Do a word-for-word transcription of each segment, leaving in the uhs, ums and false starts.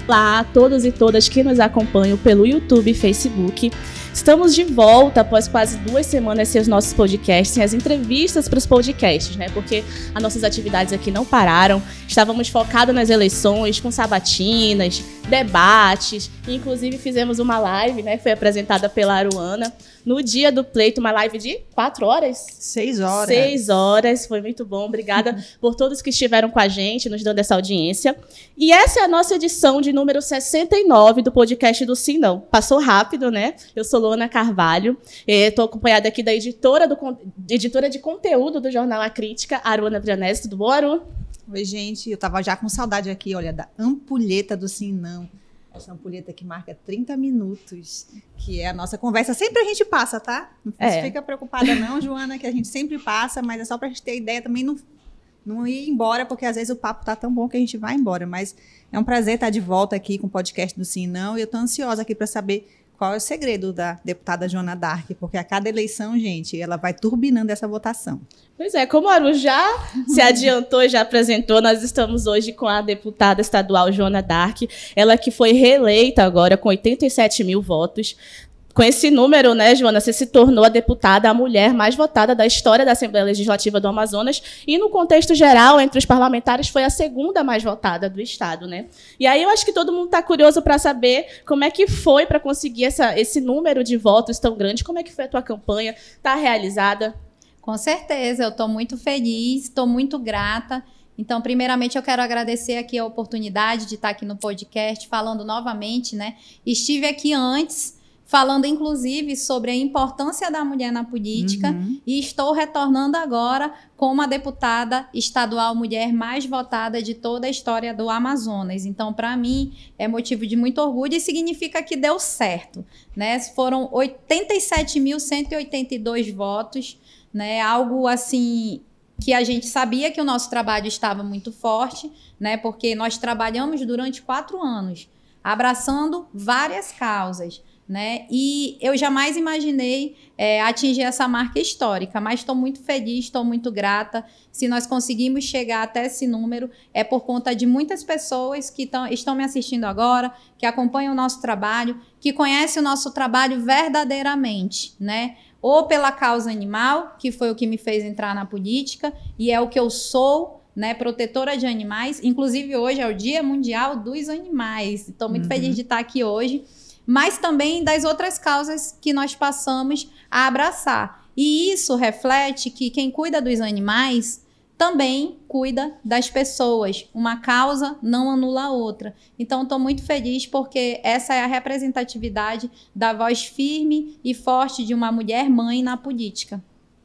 Olá a todos e todas que nos acompanham pelo YouTube e Facebook. Estamos de volta após quase duas semanas sem os nossos podcasts, sem as entrevistas para os podcasts, né? Porque as nossas atividades aqui não pararam. Estávamos focados nas eleições, com sabatinas, debates. Inclusive fizemos uma live, né? Foi apresentada pela Aruana no dia do pleito, uma live de quatro horas? Seis horas. Seis horas, foi muito bom. Obrigada por todos que estiveram com a gente, nos dando essa audiência. E essa é a nossa edição de número sessenta e nove do podcast do Sim Não. Passou rápido, né? Eu sou Luana Carvalho, estou acompanhada aqui da editora, do, editora de conteúdo do jornal A Crítica, Aruana Brianese. Tudo bom, Aru? Oi, gente. Eu tava já com saudade aqui, olha, da ampulheta do Sim Não. Essa ampulheta que marca trinta minutos, que é a nossa conversa. Sempre a gente passa, tá? Não é. Fica preocupada não, Joana, que a gente sempre passa, mas é só pra gente ter ideia também não, não ir embora, porque às vezes o papo tá tão bom que a gente vai embora. Mas é um prazer estar de volta aqui com o podcast do Sim Não, e eu tô ansiosa aqui para saber qual é o segredo da deputada Joana D'Arc, porque a cada eleição, gente, ela vai turbinando essa votação. Pois é, como a Aru já se adiantou e já apresentou, nós estamos hoje com a deputada estadual Joana D'Arc, ela que foi reeleita agora com oitenta e sete mil votos. Com esse número, né, Joana, você se tornou a deputada, a mulher mais votada da história da Assembleia Legislativa do Amazonas e, no contexto geral, entre os parlamentares, foi a segunda mais votada do Estado, né? E aí eu acho que todo mundo está curioso para saber como é que foi para conseguir essa, esse número de votos tão grande, como é que foi a tua campanha, está realizada? Com certeza, eu estou muito feliz, estou muito grata. Então, primeiramente, eu quero agradecer aqui a oportunidade de estar aqui no podcast, falando novamente, né? Estive aqui antes, falando, inclusive, sobre a importância da mulher na política, uhum. E estou retornando agora como a deputada estadual mulher mais votada de toda a história do Amazonas. Então, para mim, é motivo de muito orgulho e significa que deu certo, né? Foram oitenta e sete mil cento e oitenta e dois votos, né? Algo assim que a gente sabia que o nosso trabalho estava muito forte, né? Porque nós trabalhamos durante quatro anos, abraçando várias causas, né? E eu jamais imaginei é, atingir essa marca histórica, mas estou muito feliz, estou muito grata. Se nós conseguimos chegar até esse número, é por conta de muitas pessoas que tão, estão me assistindo agora, que acompanham o nosso trabalho, que conhecem o nosso trabalho verdadeiramente, né? Ou pela causa animal, que foi o que me fez entrar na política, e é o que eu sou, né, protetora de animais. Inclusive, hoje é o Dia Mundial dos Animais. Estou muito uhum. feliz de estar aqui hoje. Mas também das outras causas que nós passamos a abraçar. E isso reflete que quem cuida dos animais também cuida das pessoas. Uma causa não anula a outra. Então, estou muito feliz porque essa é a representatividade da voz firme e forte de uma mulher mãe na política.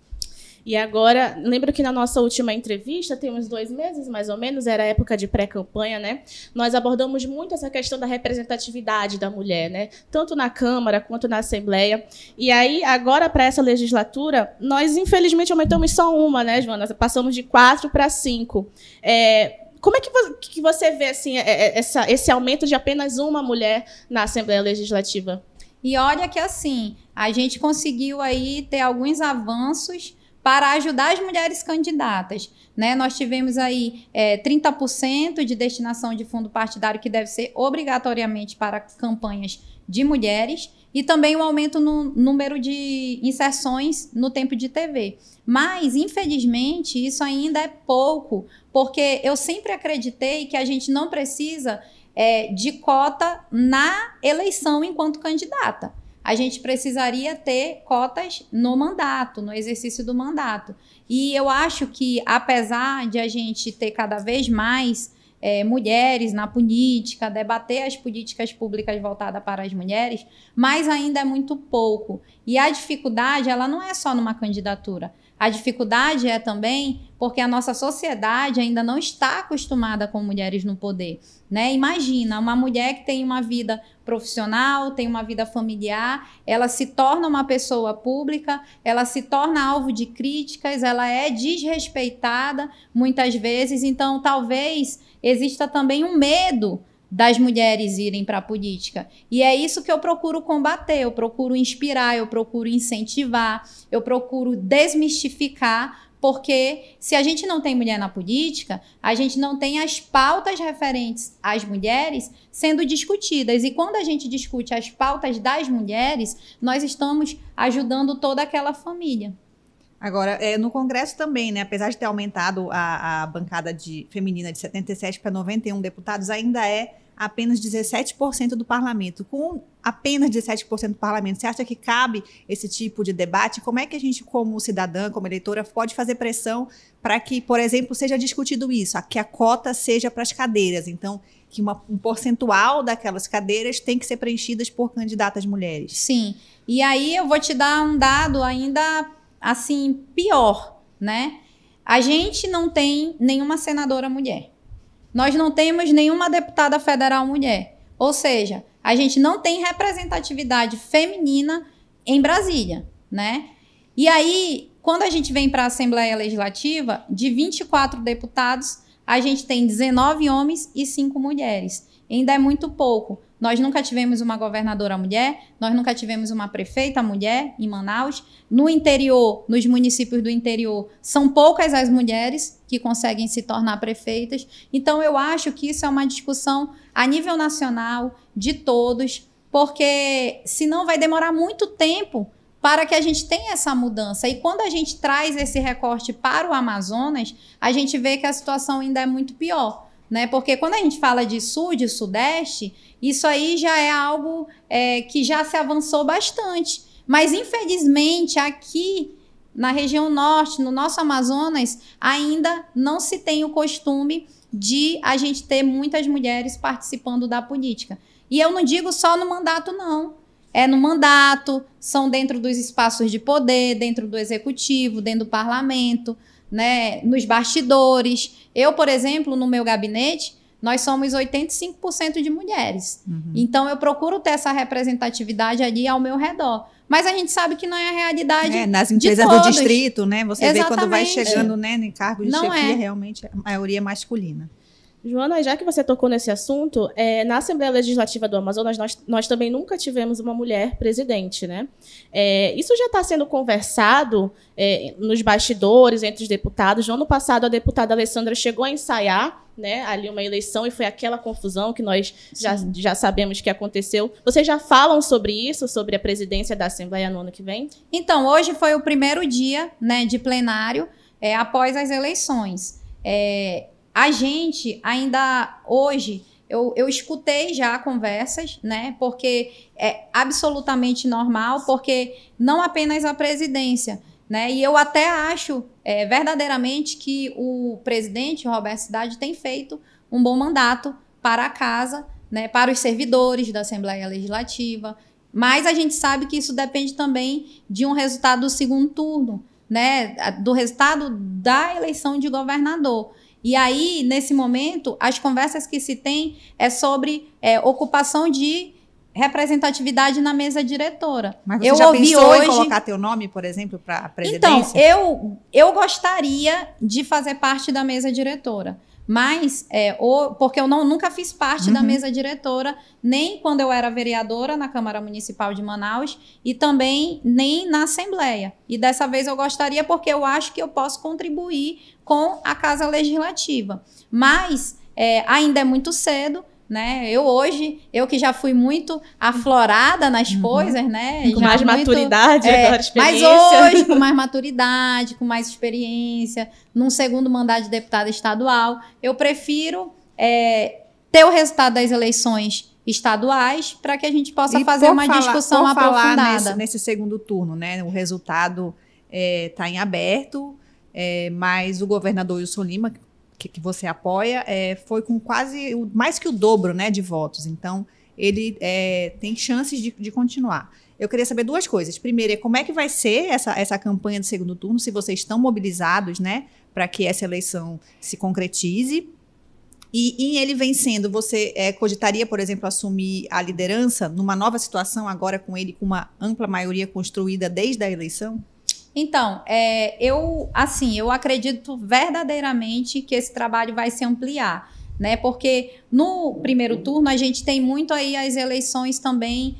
E agora, lembro que na nossa última entrevista, tem uns dois meses mais ou menos, era a época de pré-campanha, né? Nós abordamos muito essa questão da representatividade da mulher, né? Tanto na Câmara quanto na Assembleia. E aí, agora, para essa legislatura, nós, infelizmente, aumentamos só uma, né, Joana? Passamos de quatro para cinco. É, como é que você vê assim, essa, esse aumento de apenas uma mulher na Assembleia Legislativa? E olha que, assim, a gente conseguiu aí ter alguns avanços para ajudar as mulheres candidatas, né? Nós tivemos aí é, trinta por cento de destinação de fundo partidário que deve ser obrigatoriamente para campanhas de mulheres e também um aumento no número de inserções no tempo de T V. Mas, infelizmente, isso ainda é pouco, porque eu sempre acreditei que a gente não precisa é, de cota na eleição enquanto candidata. A gente precisaria ter cotas no mandato, no exercício do mandato. E eu acho que, apesar de a gente ter cada vez mais é, mulheres na política, debater as políticas públicas voltadas para as mulheres, mas ainda é muito pouco. E a dificuldade, ela não é só numa candidatura. A dificuldade é também porque a nossa sociedade ainda não está acostumada com mulheres no poder, né? Imagina, uma mulher que tem uma vida profissional, tem uma vida familiar, ela se torna uma pessoa pública, ela se torna alvo de críticas, ela é desrespeitada muitas vezes, então talvez exista também um medo das mulheres irem para a política. E é isso que eu procuro combater, eu procuro inspirar, eu procuro incentivar, eu procuro desmistificar porque se a gente não tem mulher na política, a gente não tem as pautas referentes às mulheres sendo discutidas. E quando a gente discute as pautas das mulheres, nós estamos ajudando toda aquela família. Agora, é, no Congresso também, né, apesar de ter aumentado a, a bancada de, feminina de setenta e sete para noventa e um deputados, ainda é apenas dezessete por cento do parlamento. Com apenas dezessete por cento do parlamento, você acha que cabe esse tipo de debate? Como é que a gente, como cidadã, como eleitora, pode fazer pressão para que, por exemplo, seja discutido isso, que a cota seja para as cadeiras? Então, que uma, um percentual daquelas cadeiras tem que ser preenchidas por candidatas mulheres. Sim. E aí eu vou te dar um dado ainda, assim, pior, né? A gente não tem nenhuma senadora mulher. Nós não temos nenhuma deputada federal mulher. Ou seja, a gente não tem representatividade feminina em Brasília, né? E aí, quando a gente vem para a Assembleia Legislativa, de vinte e quatro deputados, a gente tem dezenove homens e cinco mulheres. Ainda é muito pouco. Nós nunca tivemos uma governadora mulher, nós nunca tivemos uma prefeita mulher em Manaus. No interior, nos municípios do interior, são poucas as mulheres que conseguem se tornar prefeitas. Então, eu acho que isso é uma discussão a nível nacional, de todos, porque senão vai demorar muito tempo para que a gente tenha essa mudança. E quando a gente traz esse recorte para o Amazonas, a gente vê que a situação ainda é muito pior. Né? Porque quando a gente fala de sul, de sudeste, isso aí já é algo é, que já se avançou bastante. Mas, infelizmente, aqui na região norte, no nosso Amazonas, ainda não se tem o costume de a gente ter muitas mulheres participando da política. E eu não digo só no mandato, não. É no mandato, são dentro dos espaços de poder, dentro do executivo, dentro do parlamento, né, nos bastidores. Eu, por exemplo, no meu gabinete, nós somos oitenta e cinco por cento de mulheres. Uhum. Então, eu procuro ter essa representatividade ali ao meu redor. Mas a gente sabe que não é a realidade é, nas empresas de do distrito, né? Você Exatamente. vê quando vai chegando, né, em cargo de não chefia, é. realmente a maioria é masculina. Joana, já que você tocou nesse assunto, é, na Assembleia Legislativa do Amazonas, nós, nós também nunca tivemos uma mulher presidente, né? É, isso já está sendo conversado é, nos bastidores, entre os deputados. No ano passado, a deputada Alessandra chegou a ensaiar, né, ali uma eleição, e foi aquela confusão que nós já, já sabemos que aconteceu. Vocês já falam sobre isso, sobre a presidência da Assembleia no ano que vem? Então, hoje foi o primeiro dia, né, de plenário, é, após as eleições. É, A gente ainda hoje, eu, eu escutei já conversas, né? Porque é absolutamente normal, porque não apenas a presidência, né? E eu até acho é, verdadeiramente que o presidente, Roberto Cidade, tem feito um bom mandato para a casa, né? Para os servidores da Assembleia Legislativa. Mas a gente sabe que isso depende também de um resultado do segundo turno, né? Do resultado da eleição de governador. E aí, nesse momento, as conversas que se tem é sobre é, ocupação de representatividade na mesa diretora. Mas você eu já ouvi pensou hoje... em colocar teu nome, por exemplo, para a presidência? Então, eu, eu gostaria de fazer parte da mesa diretora. Mas, é, o, porque eu não, nunca fiz parte uhum. da mesa diretora, nem quando eu era vereadora na Câmara Municipal de Manaus e também nem na Assembleia. E dessa vez eu gostaria porque eu acho que eu posso contribuir com a Casa Legislativa. Mas é, ainda é muito cedo, né? Eu hoje, eu que já fui muito aflorada nas uhum. coisas, né? Com já mais muito, maturidade, é, agora experiência. Mas hoje, com mais maturidade, com mais experiência, num segundo mandato de deputada estadual, eu prefiro é, ter o resultado das eleições estaduais para que a gente possa e fazer uma falar, discussão por aprofundada. Falar nesse, nesse segundo turno, né? O resultado está é, em aberto, é, mas o governador Wilson Lima, que, que você apoia, é, foi com quase mais que o dobro, né, de votos. Então, ele é, tem chances de, de continuar. Eu queria saber duas coisas. Primeiro, é como é que vai ser essa, essa campanha do segundo turno, se vocês estão mobilizados, né, para que essa eleição se concretize. E em ele vencendo, você é, cogitaria, por exemplo, assumir a liderança numa nova situação, agora com ele com uma ampla maioria construída desde a eleição? Então, é, eu, assim, eu acredito verdadeiramente que esse trabalho vai se ampliar, né? Porque no primeiro turno a gente tem muito aí as eleições também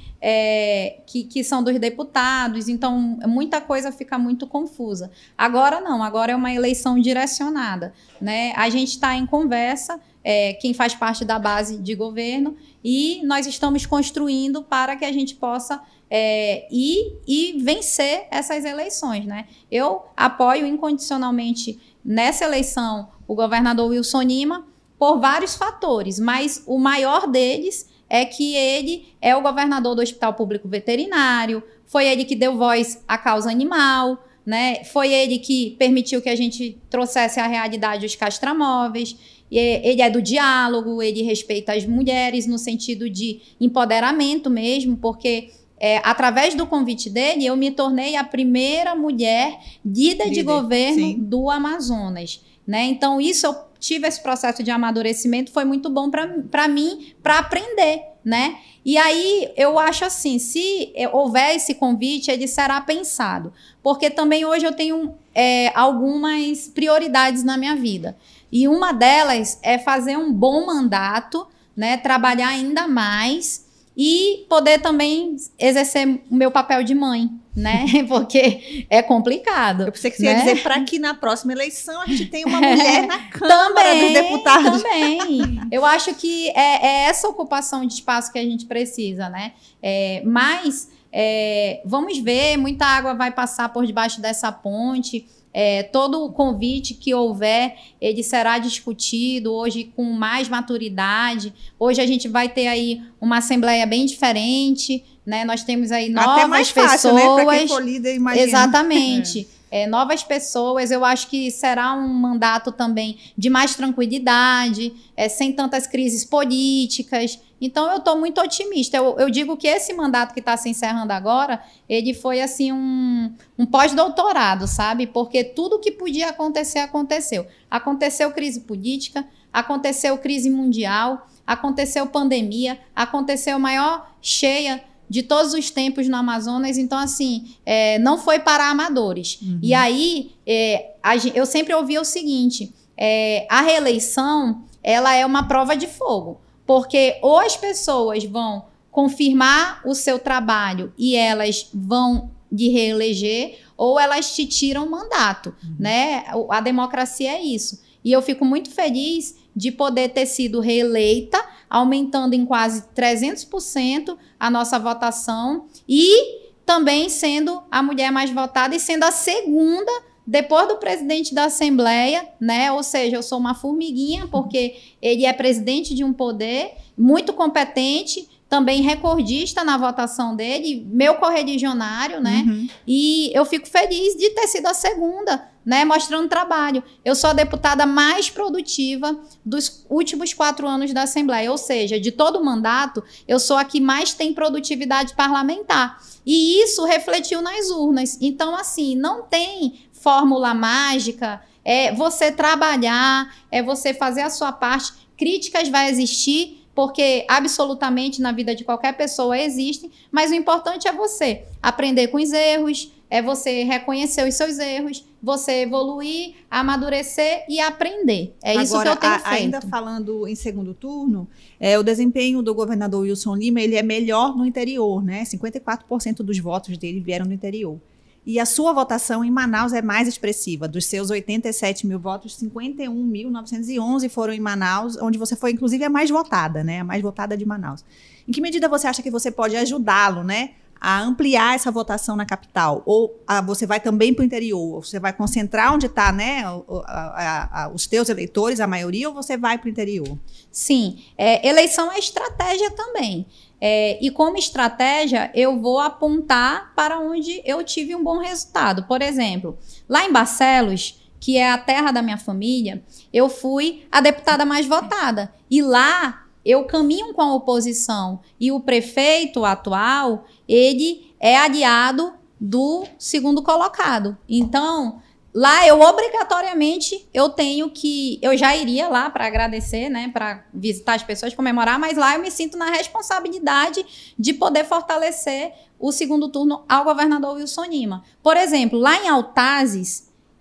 é, que, que são dos deputados, então muita coisa fica muito confusa. Agora não, agora é uma eleição direcionada, né? A gente está em conversa, é, quem faz parte da base de governo, e nós estamos construindo para que a gente possa é, ir e vencer essas eleições, né? Eu apoio incondicionalmente nessa eleição o governador Wilson Lima por vários fatores, mas o maior deles é que ele é o governador do Hospital Público Veterinário, foi ele que deu voz à causa animal, né? Foi ele que permitiu que a gente trouxesse à realidade os castramóveis. Ele é do diálogo, ele respeita as mulheres no sentido de empoderamento mesmo, porque é, através do convite dele, eu me tornei a primeira mulher líder, líder de governo sim. do Amazonas, né? Então, isso eu tive esse processo de amadurecimento, foi muito bom para mim, para aprender, né? E aí, eu acho assim, se houver esse convite, ele será pensado, porque também hoje eu tenho é, algumas prioridades na minha vida. E uma delas é fazer um bom mandato, né, trabalhar ainda mais e poder também exercer o meu papel de mãe, né? Porque é complicado. Eu pensei que você né? ia dizer para que na próxima eleição a gente tenha uma mulher na Câmara também, dos Deputados. Também. Eu acho que é, é essa ocupação de espaço que a gente precisa, né? É, mas é, vamos ver, muita água vai passar por debaixo dessa ponte. É, todo o convite que houver, ele será discutido hoje com mais maturidade. Hoje a gente vai ter aí uma assembleia bem diferente, né? Nós temos aí novas Até mais pessoas. Fácil, né? Para quem for líder, imagina. Exatamente. É. É, novas pessoas, eu acho que será um mandato também de mais tranquilidade, é, sem tantas crises políticas. Então, eu estou muito otimista. Eu, eu digo que esse mandato que está se encerrando agora, ele foi assim um, um pós-doutorado, sabe? Porque tudo que podia acontecer, aconteceu. Aconteceu crise política, aconteceu crise mundial, aconteceu pandemia, aconteceu maior cheia de todos os tempos no Amazonas. Então, assim, é, não foi para amadores. Uhum. E aí, é, a, eu sempre ouvia o seguinte, é, a reeleição, ela é uma prova de fogo. Porque ou as pessoas vão confirmar o seu trabalho e elas vão lhe reeleger, ou elas te tiram o mandato, uhum. né? A democracia é isso. E eu fico muito feliz de poder ter sido reeleita, aumentando em quase trezentos por cento a nossa votação e também sendo a mulher mais votada e sendo a segunda depois do presidente da Assembleia, né? Ou seja, eu sou uma formiguinha, porque ele é presidente de um poder muito competente, também recordista na votação dele, meu correligionário, né? Uhum. E eu fico feliz de ter sido a segunda, né? Mostrando trabalho. Eu sou a deputada mais produtiva dos últimos quatro anos da Assembleia, ou seja, de todo o mandato, eu sou a que mais tem produtividade parlamentar. E isso refletiu nas urnas. Então, assim, não tem fórmula mágica, é você trabalhar, é você fazer a sua parte. Críticas vai existir, porque absolutamente na vida de qualquer pessoa existem, mas o importante é você aprender com os erros, é você reconhecer os seus erros, você evoluir, amadurecer e aprender. É Agora, isso que eu tenho a, feito. Ainda falando em segundo turno, é, o desempenho do governador Wilson Lima, ele é melhor no interior, né? cinquenta e quatro por cento dos votos dele vieram do interior. E a sua votação em Manaus é mais expressiva. Dos seus oitenta e sete mil votos, cinquenta e um mil novecentos e onze foram em Manaus, onde você foi, inclusive, a mais votada, né? A mais votada de Manaus. Em que medida você acha que você pode ajudá-lo, né? A ampliar essa votação na capital? Ou a, você vai também para o interior? Ou você vai concentrar onde está, né, a, a, a, os teus eleitores, a maioria, ou você vai para o interior? Sim. É, eleição é estratégia também. É, e como estratégia, eu vou apontar para onde eu tive um bom resultado. Por exemplo, lá em Barcelos, que é a terra da minha família, eu fui a deputada mais votada. E lá eu caminho com a oposição. E o prefeito atual, ele é aliado do segundo colocado. Então, lá eu obrigatoriamente eu tenho que, eu já iria lá para agradecer, né, para visitar as pessoas, comemorar, mas lá eu me sinto na responsabilidade de poder fortalecer o segundo turno ao governador Wilson Lima. Por exemplo, lá em Altazes,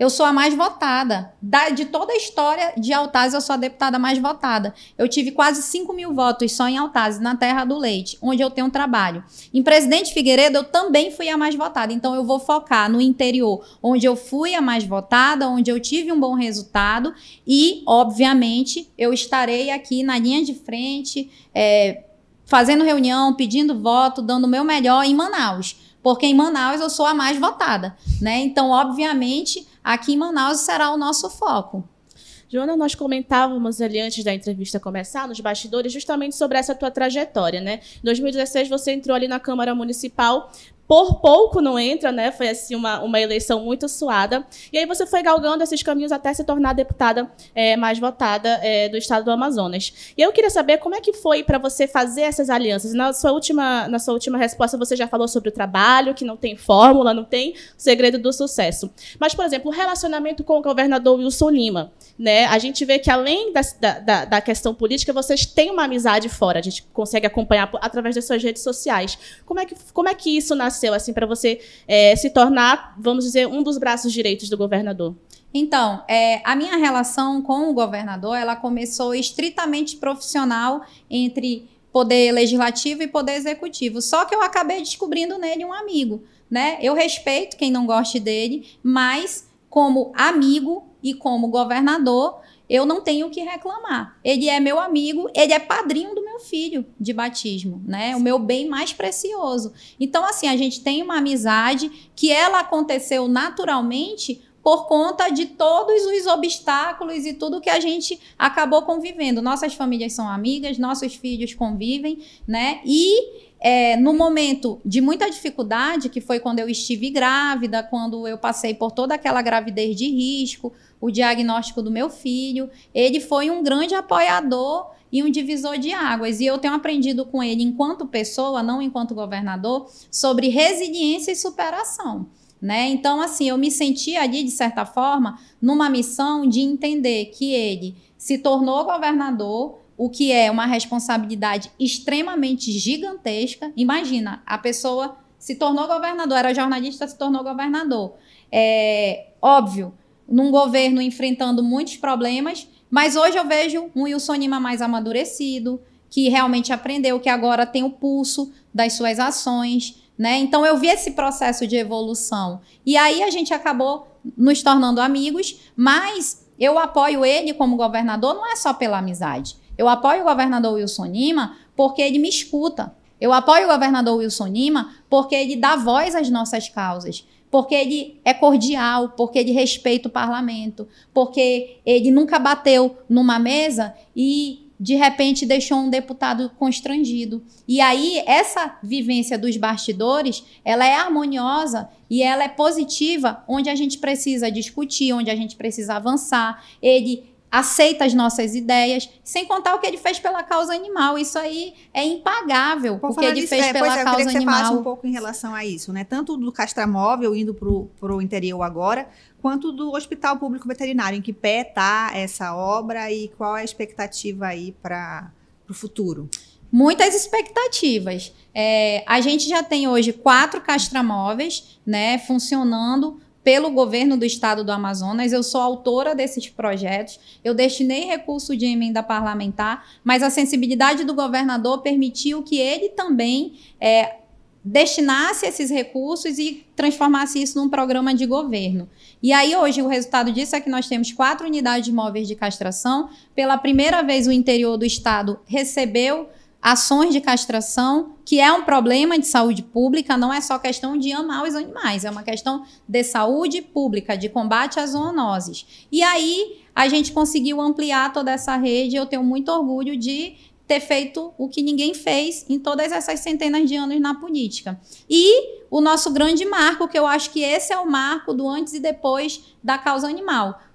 eu sou a mais votada. Da, de toda a história de Altazes, eu sou a deputada mais votada. Eu tive quase cinco mil votos só em Altazes, na Terra do Leite, onde eu tenho trabalho. Em Presidente Figueiredo, eu também fui a mais votada. Então, eu vou focar no interior, onde eu fui a mais votada, onde eu tive um bom resultado. E, obviamente, eu estarei aqui na linha de frente, é, fazendo reunião, pedindo voto, dando o meu melhor em Manaus. Porque em Manaus eu sou a mais votada, né? Então, obviamente, aqui em Manaus será o nosso foco. Joana, nós comentávamos ali antes da entrevista começar, nos bastidores, justamente sobre essa tua trajetória, né? Em dois mil e dezesseis, você entrou ali na Câmara Municipal, por pouco não entra, né? Foi assim uma, uma eleição muito suada. E aí você foi galgando esses caminhos até se tornar a deputada é, mais votada é, do estado do Amazonas. E eu queria saber como é que foi para você fazer essas alianças. Na sua, última, na sua última resposta, você já falou sobre o trabalho, que não tem fórmula, não tem segredo do sucesso. Mas, por exemplo, o relacionamento com o governador Wilson Lima, né? A gente vê que, além da, da, da questão política, vocês têm uma amizade fora. A gente consegue acompanhar através das suas redes sociais. Como é que, como é que isso nasceu? Assim, para você é, se tornar, vamos dizer, um dos braços direitos do governador? Então, é, a minha relação com o governador, ela começou estritamente profissional entre poder legislativo e poder executivo. Só que eu acabei descobrindo nele um amigo, né? Eu respeito quem não goste dele, mas como amigo e como governador, eu não tenho o que reclamar. Ele é meu amigo, ele é padrinho do meu filho de batismo, né? O meu bem mais precioso. Então, assim, a gente tem uma amizade que ela aconteceu naturalmente por conta de todos os obstáculos e tudo que a gente acabou convivendo. Nossas famílias são amigas, nossos filhos convivem, né? E é, no momento de muita dificuldade, que foi quando eu estive grávida, quando eu passei por toda aquela gravidez de risco, o diagnóstico do meu filho, ele foi um grande apoiador e um divisor de águas. E eu tenho aprendido com ele, enquanto pessoa, não enquanto governador, sobre resiliência e superação, né? Então, assim, eu me senti ali, de certa forma, numa missão de entender que ele se tornou governador, o que é uma responsabilidade extremamente gigantesca. Imagina, a pessoa se tornou governador, era jornalista, se tornou governador. É óbvio, num governo enfrentando muitos problemas, mas hoje eu vejo um Wilson Lima mais amadurecido, que realmente aprendeu, que agora tem o pulso das suas ações, né? Então eu vi esse processo de evolução. E aí a gente acabou nos tornando amigos, mas eu apoio ele como governador não é só pela amizade. Eu apoio o governador Wilson Lima porque ele me escuta. Eu apoio o governador Wilson Lima porque ele dá voz às nossas causas. Porque ele é cordial, porque ele respeita o parlamento, porque ele nunca bateu numa mesa e, de repente, deixou um deputado constrangido. E aí, essa vivência dos bastidores, ela é harmoniosa e ela é positiva, onde a gente precisa discutir, onde a gente precisa avançar. Ele aceita as nossas ideias, sem contar o que ele fez pela causa animal. Isso aí é impagável, Por o que ele disso, fez é, pela pois é, causa eu queria que animal. você falasse um pouco em relação a isso, né? Tanto do castramóvel indo para o interior agora, quanto do Hospital Público Veterinário. Em que pé está essa obra e qual é a expectativa aí para o futuro? Muitas expectativas. É, a gente já tem hoje quatro castramóveis, né, funcionando pelo governo do estado do Amazonas. Eu sou autora desses projetos, eu destinei recurso de emenda parlamentar, mas a sensibilidade do governador permitiu que ele também é, destinasse esses recursos e transformasse isso num programa de governo. E aí hoje o resultado disso é que nós temos quatro unidades móveis de castração. Pela primeira vez o interior do estado recebeu ações de castração, que é um problema de saúde pública, não é só questão de amar os animais, é uma questão de saúde pública, de combate às zoonoses. E aí a gente conseguiu ampliar toda essa rede, eu tenho muito orgulho de ter feito o que ninguém fez em todas essas centenas de anos na política. E o nosso grande marco, que eu acho que esse é o marco do antes e depois da causa animal.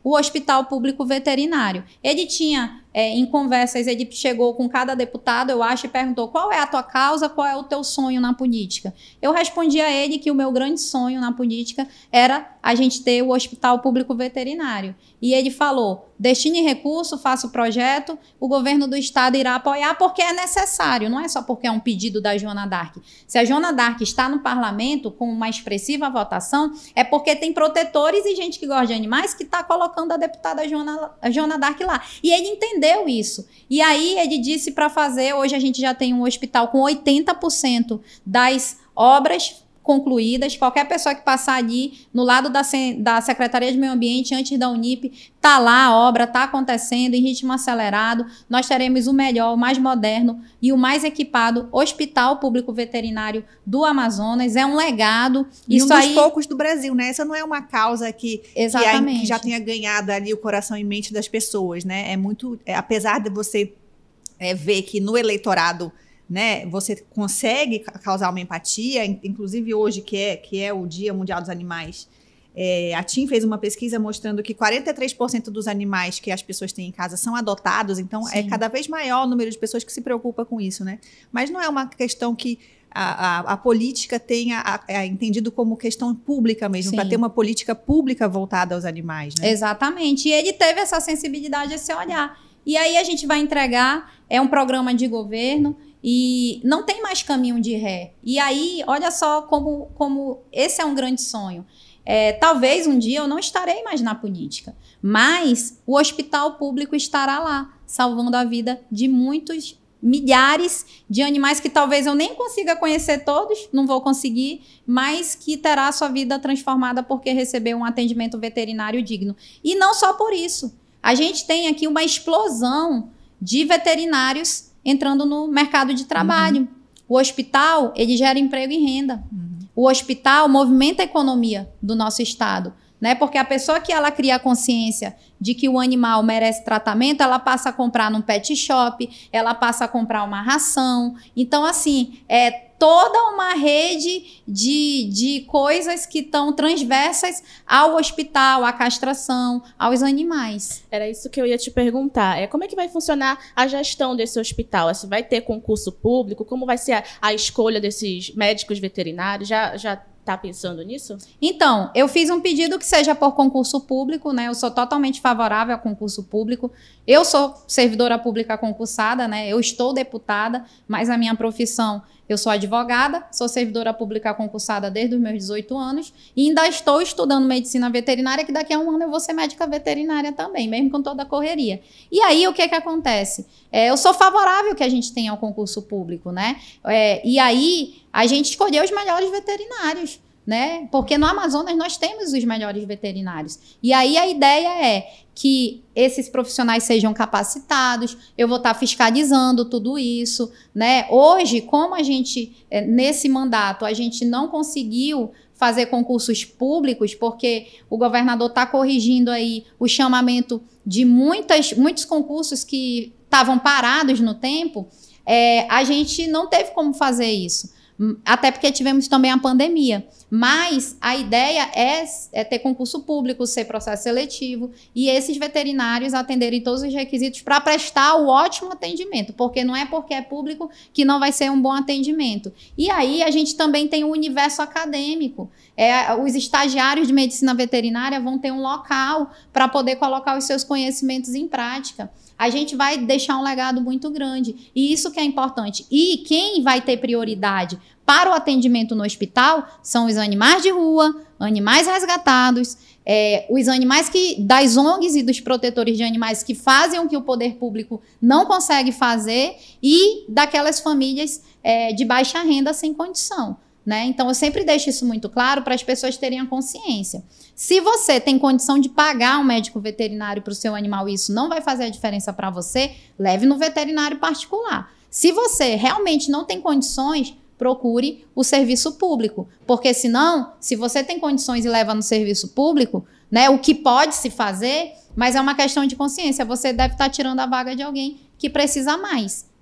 o Hospital Público Veterinário. Ele tinha, é, em conversas, ele chegou com cada deputado, eu acho, e perguntou qual é a tua causa, qual é o teu sonho na política. Eu respondi a ele que o meu grande sonho na política era a gente ter o Hospital Público Veterinário. E ele falou, destine recurso, faça o projeto, o governo do estado irá apoiar porque é necessário, não é só porque é um pedido da Joana Dark. Se a Joana Dark está no parlamento com uma expressiva votação, é porque tem protetores e gente que gosta de animais que está colocando a deputada Joana, a Joana Dark lá. E ele entendeu isso. E aí ele disse para fazer, hoje a gente já tem um hospital com oitenta por cento das obras concluídas, qualquer pessoa que passar ali no lado da, da Secretaria de Meio Ambiente, antes da Unip, tá lá a obra, tá acontecendo em ritmo acelerado, nós teremos o melhor, o mais moderno e o mais equipado Hospital Público Veterinário do Amazonas, é um legado. E isso um dos aí... poucos do Brasil, né? Essa não é uma causa que, Exatamente. que, a, que já tenha ganhado ali o coração e mente das pessoas, né? É muito, é, apesar de você é, ver que no eleitorado, né, você consegue causar uma empatia, inclusive hoje, que é, que é o Dia Mundial dos Animais, é, a TIM fez uma pesquisa mostrando que quarenta e três por cento dos animais que as pessoas têm em casa são adotados, então Sim. é cada vez maior o número de pessoas que se preocupa com isso, né? Mas não é uma questão que a, a, a política tenha a, a, entendido como questão pública mesmo, para ter uma política pública voltada aos animais, né? Exatamente, e ele teve essa sensibilidade, esse olhar. E aí a gente vai entregar, é um programa de governo, e não tem mais caminho de ré. E aí, olha só como, como esse é um grande sonho. É, talvez um dia eu não estarei mais na política, mas o hospital público estará lá, salvando a vida de muitos milhares de animais que talvez eu nem consiga conhecer todos, não vou conseguir, mas que terá sua vida transformada porque recebeu um atendimento veterinário digno. E não só por isso. A gente tem aqui uma explosão de veterinários entrando no mercado de trabalho. Uhum. O hospital, ele gera emprego e renda. Uhum. O hospital movimenta a economia do nosso estado, né? Porque a pessoa que ela cria a consciência de que o animal merece tratamento, ela passa a comprar num pet shop, ela passa a comprar uma ração. Então, assim, é toda uma rede de, de coisas que estão transversas ao hospital, à castração, aos animais. Era isso que eu ia te perguntar. É, como é que vai funcionar a gestão desse hospital? Assim, vai ter concurso público? Como vai ser a, a escolha desses médicos veterinários? Já... já Tá pensando nisso? Então, eu fiz um pedido que seja por concurso público, né? Eu sou totalmente favorável a concurso público. Eu sou servidora pública concursada, né? Eu estou deputada, mas a minha profissão, eu sou advogada, sou servidora pública concursada desde os meus dezoito anos e ainda estou estudando medicina veterinária, que daqui a um ano eu vou ser médica veterinária também, mesmo com toda a correria. E aí, o que que acontece? É, eu sou favorável que a gente tenha o concurso público, né? É, e aí, a gente escolheu os melhores veterinários, né? Porque no Amazonas nós temos os melhores veterinários. E aí a ideia é que esses profissionais sejam capacitados, eu vou estar fiscalizando tudo isso, né? Hoje, como a gente, nesse mandato, a gente não conseguiu fazer concursos públicos, porque o governador está corrigindo aí o chamamento de muitas, muitos concursos que estavam parados no tempo, é, a gente não teve como fazer isso. Até porque tivemos também a pandemia. Mas a ideia é, é ter concurso público, ser processo seletivo e esses veterinários atenderem todos os requisitos para prestar o ótimo atendimento, porque não é porque é público que não vai ser um bom atendimento. E aí a gente também tem o universo acadêmico. É, os estagiários de medicina veterinária vão ter um local para poder colocar os seus conhecimentos em prática. A gente vai deixar um legado muito grande. E isso que é importante. E quem vai ter prioridade para o atendimento no hospital são os animais de rua, animais resgatados, é, os animais que, das O N Gs e dos protetores de animais que fazem o que o poder público não consegue fazer e daquelas famílias é, de baixa renda sem condição. Né? Então, eu sempre deixo isso muito claro para as pessoas terem a consciência. Se você tem condição de pagar um médico veterinário para o seu animal e isso não vai fazer a diferença para você, leve no veterinário particular. Se você realmente não tem condições, procure o serviço público. Porque senão, se você tem condições e leva no serviço público, né, o que pode se fazer, mas é uma questão de consciência. Você deve estar tirando a vaga de alguém que precisa mais.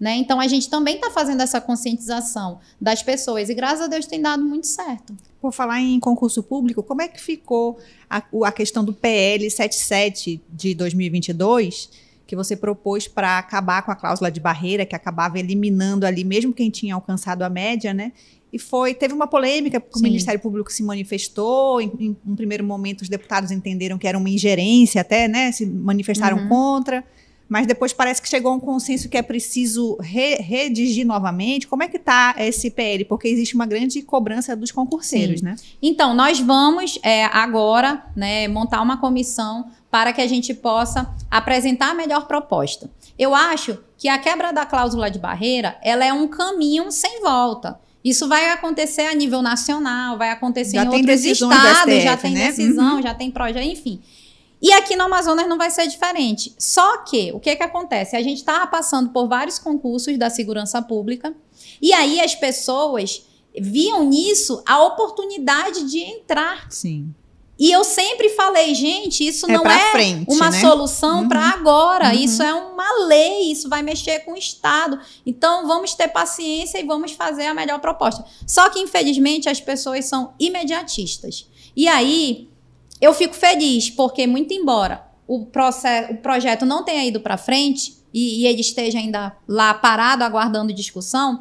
né? Então, a gente também está fazendo essa conscientização das pessoas e, graças a Deus, tem dado muito certo. Por falar em concurso público, como é que ficou a, a questão do P L setenta e sete de dois mil e vinte e dois, que você propôs para acabar com a cláusula de barreira, que acabava eliminando ali, mesmo quem tinha alcançado a média, né? E foi, teve uma polêmica, porque Sim. o Ministério Público se manifestou, em, em um primeiro momento os deputados entenderam que era uma ingerência até, né? Se manifestaram uhum. contra, mas depois parece que chegou a um consenso que é preciso re, redigir novamente. Como é que está esse P L? Porque existe uma grande cobrança dos concurseiros, Sim. né? Então, nós vamos é, agora, né, montar uma comissão para que a gente possa apresentar a melhor proposta. Eu acho que a quebra da cláusula de barreira, ela é um caminho sem volta. Isso vai acontecer a nível nacional, vai acontecer já em outros estados, S T F, já tem né? decisão, uhum. já tem projeto, enfim. E aqui no Amazonas não vai ser diferente. Só que, o que que acontece? A gente estava passando por vários concursos da segurança pública, e aí as pessoas viam nisso a oportunidade de entrar. Sim. E eu sempre falei, gente, isso é não é frente, uma né? solução uhum. para agora. Uhum. Isso é uma lei, isso vai mexer com o Estado. Então, vamos ter paciência e vamos fazer a melhor proposta. Só que, infelizmente, as pessoas são imediatistas. E aí, eu fico feliz, porque, muito embora o, processo, o projeto não tenha ido para frente e, e ele esteja ainda lá parado, aguardando discussão,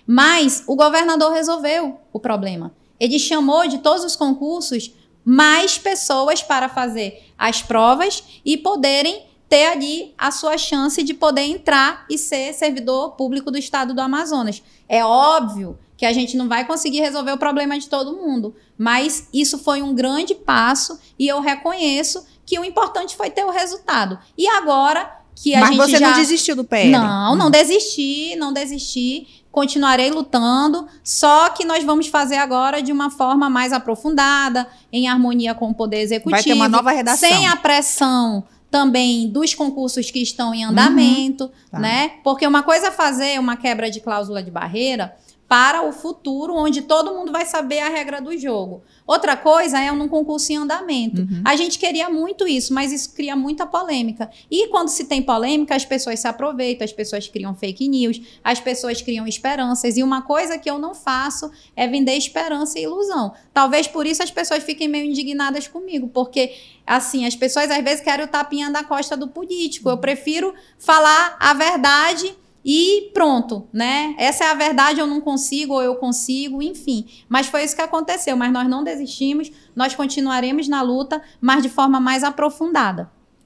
mas o governador resolveu o problema. Ele chamou de todos os concursos mais pessoas para fazer as provas e poderem ter ali a sua chance de poder entrar e ser servidor público do estado do Amazonas. É óbvio que a gente não vai conseguir resolver o problema de todo mundo, mas isso foi um grande passo e eu reconheço que o importante foi ter o resultado. E agora que a mas gente você já... não desistiu do P L? Não, não desisti, não desisti. Continuarei lutando, só que nós vamos fazer agora de uma forma mais aprofundada, em harmonia com o Poder Executivo. Vai ter uma nova redação. Sem a pressão também dos concursos que estão em andamento, uhum. tá. né? Porque uma coisa é fazer uma quebra de cláusula de barreira para o futuro, onde todo mundo vai saber a regra do jogo. Outra coisa é num concurso em andamento. Uhum. A gente queria muito isso, mas isso cria muita polêmica. E quando se tem polêmica, as pessoas se aproveitam, as pessoas criam fake news, as pessoas criam esperanças. E uma coisa que eu não faço é vender esperança e ilusão. Talvez por isso as pessoas fiquem meio indignadas comigo, porque, assim, as pessoas às vezes querem o tapinha da costa do político. Eu prefiro falar a verdade e pronto, né? Essa é a verdade, eu não consigo ou eu consigo, enfim. Mas foi isso que aconteceu, mas nós não desistimos, nós continuaremos na luta, mas de forma mais aprofundada.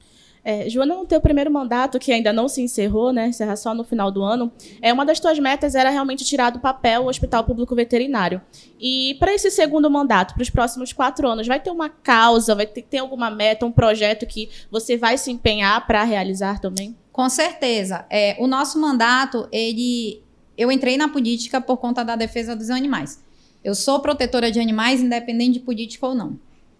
É, Joana, no teu primeiro mandato, que ainda não se encerrou, né? Encerra só no final do ano, é, uma das tuas metas era realmente tirar do papel o Hospital Público Veterinário. E para esse segundo mandato, para os próximos quatro anos, vai ter uma causa, vai ter, ter alguma meta, um projeto que você vai se empenhar para realizar também? Com certeza. É, o nosso mandato, ele, eu entrei na política por conta da defesa dos animais. Eu sou protetora de animais, independente de política ou não.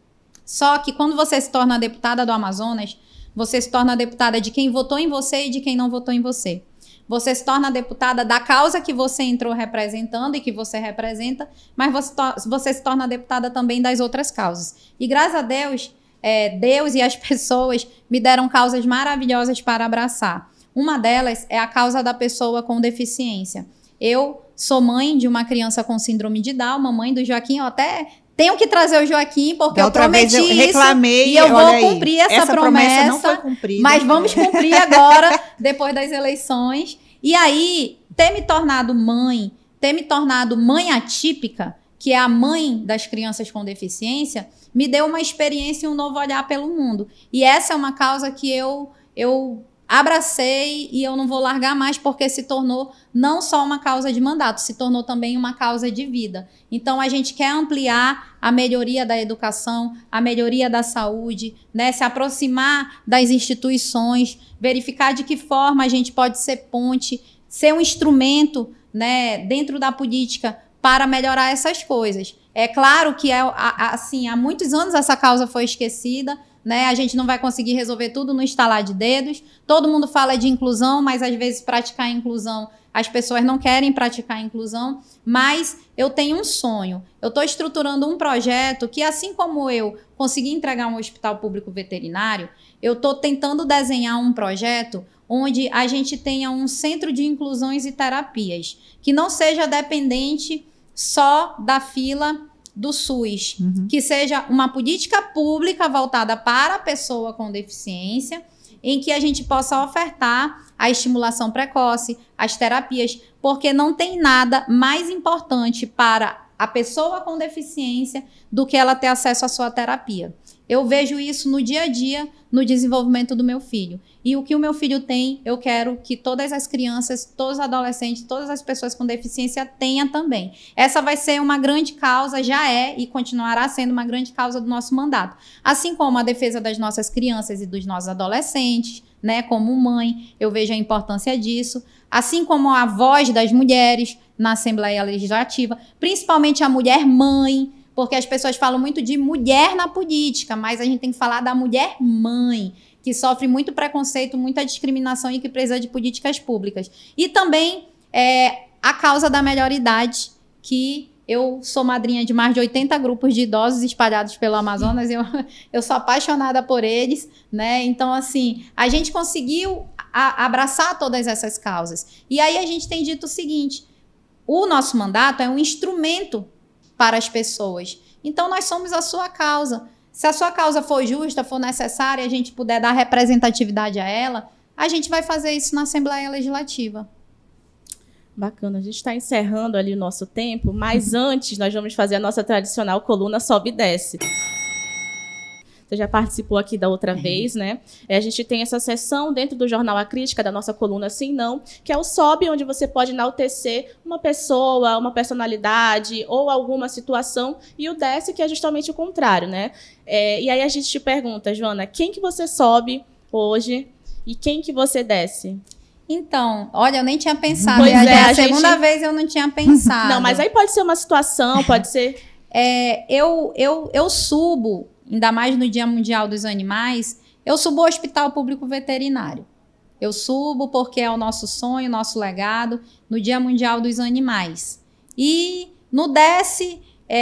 Só que quando você se torna deputada do Amazonas, você se torna deputada de quem votou em você e de quem não votou em você. Você se torna deputada da causa que você entrou representando e que você representa, mas você, você se torna deputada também das outras causas. E graças a Deus... É, Deus e as pessoas me deram causas maravilhosas para abraçar. Uma delas é a causa da pessoa com deficiência. Eu sou mãe de uma criança com síndrome de Down, mamãe do Joaquim. Eu até tenho que trazer o Joaquim, porque eu prometi eu reclamei, isso. E eu vou aí, cumprir essa, essa promessa. promessa não foi cumprida. Mas vamos cumprir agora, depois das eleições. E aí, ter me tornado mãe, ter me tornado mãe atípica, que é a mãe das crianças com deficiência, me deu uma experiência e um novo olhar pelo mundo. E essa é uma causa que eu, eu abracei e eu não vou largar mais, porque se tornou não só uma causa de mandato, se tornou também uma causa de vida. Então, a gente quer ampliar a melhoria da educação, a melhoria da saúde, né? Se aproximar das instituições, verificar de que forma a gente pode ser ponte, ser um instrumento, né, dentro da política para melhorar essas coisas. É claro que é, assim, há muitos anos essa causa foi esquecida, né? A gente não vai conseguir resolver tudo no estalar de dedos. Todo mundo fala de inclusão, mas às vezes praticar a inclusão, as pessoas não querem praticar a inclusão. Mas eu tenho um sonho. Eu estou estruturando um projeto que, assim como eu consegui entregar um hospital público veterinário, eu estou tentando desenhar um projeto onde a gente tenha um centro de inclusões e terapias, que não seja dependente só da fila do SUS, uhum. que seja uma política pública voltada para a pessoa com deficiência, em que a gente possa ofertar a estimulação precoce, as terapias, porque não tem nada mais importante para a pessoa com deficiência do que ela ter acesso à sua terapia. Eu vejo isso no dia a dia, no desenvolvimento do meu filho. E o que o meu filho tem, eu quero que todas as crianças, todos os adolescentes, todas as pessoas com deficiência tenham também. Essa vai ser uma grande causa, já é e continuará sendo uma grande causa do nosso mandato. Assim como a defesa das nossas crianças e dos nossos adolescentes, né? Como mãe, eu vejo a importância disso. Assim como a voz das mulheres na Assembleia Legislativa, principalmente a mulher mãe, porque as pessoas falam muito de mulher na política, mas a gente tem que falar da mulher mãe, que sofre muito preconceito, muita discriminação e que precisa de políticas públicas. E também é, a causa da melhor idade, que eu sou madrinha de mais de oitenta grupos de idosos espalhados pelo Amazonas, eu, eu sou apaixonada por eles, né? Então, assim, a gente conseguiu a, abraçar todas essas causas. E aí a gente tem dito o seguinte, o nosso mandato é um instrumento para as pessoas. Então, nós somos a sua causa. Se a sua causa for justa, for necessária, a gente puder dar representatividade a ela, a gente vai fazer isso na Assembleia Legislativa. Bacana, a gente está encerrando ali o nosso tempo, mas antes nós vamos fazer a nossa tradicional coluna Sobe e Desce. Você já participou aqui da outra é. vez, né? É, a gente tem essa sessão dentro do Jornal A Crítica, da nossa coluna Sim Não, que é o Sobe, onde você pode enaltecer uma pessoa, uma personalidade ou alguma situação, e o Desce, que é justamente o contrário, né? É, e aí a gente te pergunta, Joana, quem que você sobe hoje e quem que você desce? Então, olha, eu nem tinha pensado. Pois é, a, a segunda gente... vez eu não tinha pensado. Não, mas aí pode ser uma situação, pode ser... É, eu, eu, eu subo, ainda mais no Dia Mundial dos Animais, eu subo ao Hospital Público Veterinário. Eu subo porque é o nosso sonho, o nosso legado, no Dia Mundial dos Animais. E no Desce,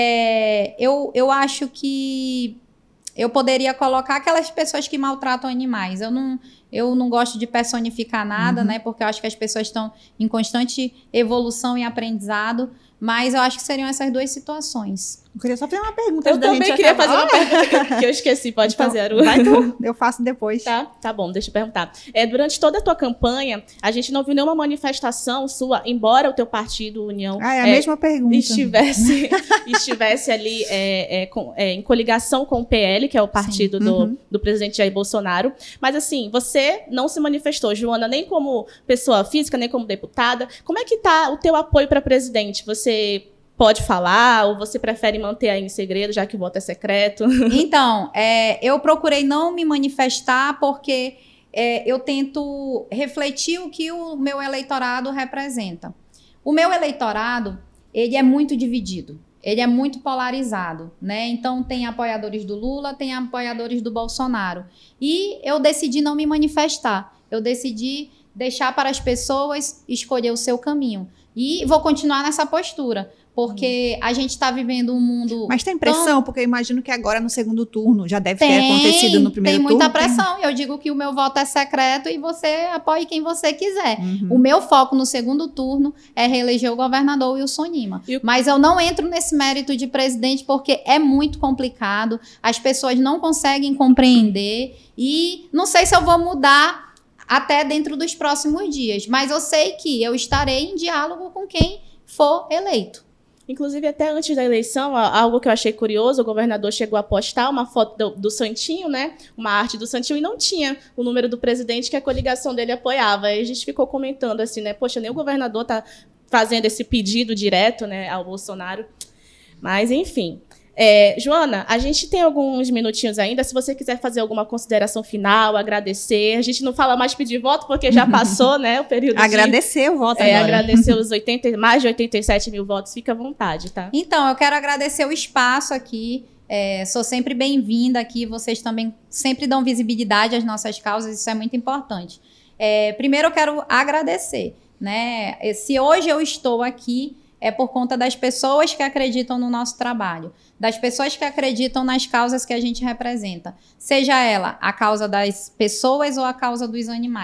é, eu, eu acho que eu poderia colocar aquelas pessoas que maltratam animais. Eu não, eu não gosto de personificar nada, uhum. né? Porque eu acho que as pessoas estão em constante evolução e aprendizado. Mas eu acho que seriam essas duas situações. Eu queria só fazer uma pergunta. Eu também queria acabar. fazer uma pergunta que eu esqueci. Pode então, fazer, Aru. Vai tu, eu faço depois. Tá, tá bom, deixa eu perguntar. É, durante toda a tua campanha, a gente não viu nenhuma manifestação sua, embora o teu partido, União... Ah, é a é, mesma pergunta. Estivesse, estivesse ali é, é, com, é, em coligação com o P L, que é o partido do, uhum. do presidente Jair Bolsonaro. Mas assim, você não se manifestou, Joana, nem como pessoa física, nem como deputada. Como é que tá o teu apoio para presidente? Você pode falar ou você prefere manter aí em segredo, já que o voto é secreto? Então, é, eu procurei não me manifestar porque é, eu tento refletir o que o meu eleitorado representa. O meu eleitorado, ele é muito dividido, ele é muito polarizado, né? Então, tem apoiadores do Lula, tem apoiadores do Bolsonaro. E eu decidi não me manifestar, eu decidi deixar para as pessoas escolher o seu caminho. E vou continuar nessa postura, porque a gente está vivendo um mundo... Mas tem pressão? Tão... Porque eu imagino que agora no segundo turno, já deve tem, ter acontecido no primeiro turno. Tem muita turno, pressão. Tem... Eu digo que o meu voto é secreto e você apoie quem você quiser. Uhum. O meu foco no segundo turno é reeleger o governador Wilson Lima. Eu... Mas eu não entro nesse mérito de presidente porque é muito complicado, as pessoas não conseguem compreender e não sei se eu vou mudar até dentro dos próximos dias. Mas eu sei que eu estarei em diálogo com quem for eleito. Inclusive, até antes da eleição, algo que eu achei curioso, o governador chegou a postar uma foto do, do Santinho, né? Uma arte do Santinho, e não tinha o número do presidente que a coligação dele apoiava. Aí a gente ficou comentando assim, né? Poxa, nem o governador está fazendo esse pedido direto, né, ao Bolsonaro. Mas, enfim... É, Joana, a gente tem alguns minutinhos ainda, se você quiser fazer alguma consideração final, agradecer, a gente não fala mais pedir voto, porque já passou, né, o período agradecer de, o voto é, agora. Agradecer os oitenta, mais de oitenta e sete mil votos, fica à vontade, tá? Então, eu quero agradecer o espaço aqui, é, sou sempre bem-vinda aqui, vocês também sempre dão visibilidade às nossas causas, isso é muito importante. É, primeiro eu quero agradecer, né, se hoje eu estou aqui, é por conta das pessoas que acreditam no nosso trabalho, das pessoas que acreditam nas causas que a gente representa, seja ela a causa das pessoas ou a causa dos animais.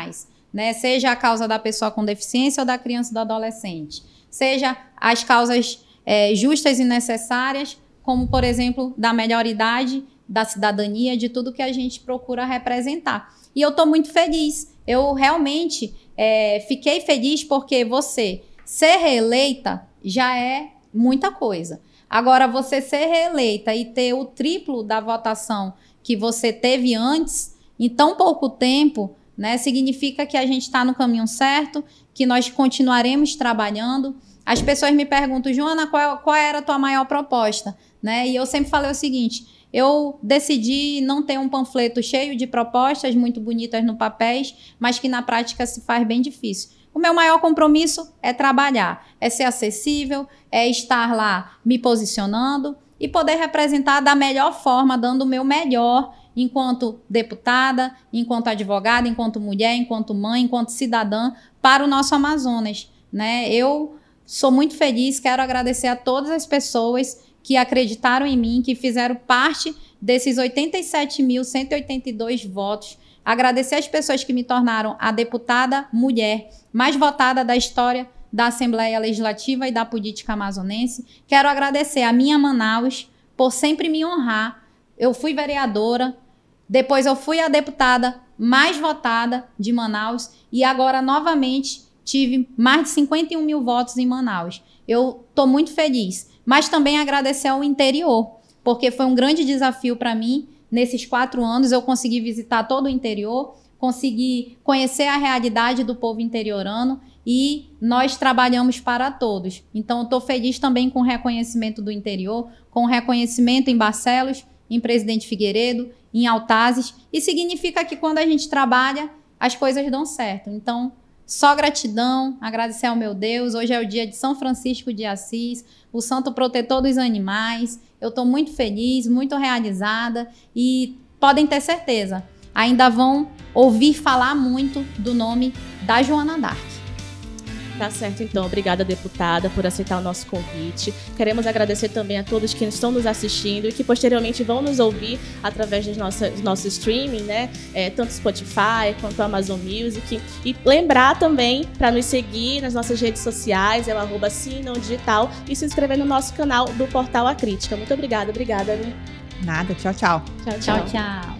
né? Seja a causa da pessoa com deficiência ou da criança ou do adolescente. Seja as causas é, justas e necessárias, como, por exemplo, da melhoridade, da cidadania, de tudo que a gente procura representar. E eu estou muito feliz. Eu realmente é, fiquei feliz porque você ser reeleita já é muita coisa. Agora, você ser reeleita e ter o triplo da votação que você teve antes, em tão pouco tempo, né, significa que a gente está no caminho certo, que nós continuaremos trabalhando. As pessoas me perguntam, Joana, qual, qual era a tua maior proposta? Né? E eu sempre falei o seguinte, eu decidi não ter um panfleto cheio de propostas muito bonitas no papéis, mas que na prática se faz bem difícil. O meu maior compromisso é trabalhar, é ser acessível, é estar lá me posicionando e poder representar da melhor forma, dando o meu melhor enquanto deputada, enquanto advogada, enquanto mulher, enquanto mãe, enquanto cidadã para o nosso Amazonas. Né? Eu sou muito feliz, quero agradecer a todas as pessoas que acreditaram em mim, que fizeram parte desses oitenta e sete mil cento e oitenta e dois votos. Agradecer as pessoas que me tornaram a deputada mulher mais votada da história da Assembleia Legislativa e da política amazonense. Quero agradecer a minha Manaus por sempre me honrar. Eu fui vereadora, depois eu fui a deputada mais votada de Manaus e agora novamente tive mais de cinquenta e um mil votos em Manaus. Eu estou muito feliz, mas também agradecer ao interior, porque foi um grande desafio para mim. Nesses quatro anos eu consegui visitar todo o interior, consegui conhecer a realidade do povo interiorano e nós trabalhamos para todos. Então eu estou feliz também com o reconhecimento do interior, com o reconhecimento em Barcelos, em Presidente Figueiredo, em Altazes, e significa que quando a gente trabalha, as coisas dão certo. Então, só gratidão, agradecer ao meu Deus. Hoje é o dia de São Francisco de Assis, o santo protetor dos animais. Eu estou muito feliz, muito realizada e podem ter certeza, ainda vão ouvir falar muito do nome da Joana Dark. Tá certo, então. Obrigada, deputada, por aceitar o nosso convite. Queremos agradecer também a todos que estão nos assistindo e que posteriormente vão nos ouvir através do nosso, nosso streaming, né? É, tanto Spotify quanto Amazon Music. E lembrar também para nos seguir nas nossas redes sociais, é o arroba Sinão Digital, e se inscrever no nosso canal do Portal A Crítica. Muito obrigada, obrigada, Ana. Nada, tchau, tchau. Tchau, tchau. Tchau, tchau.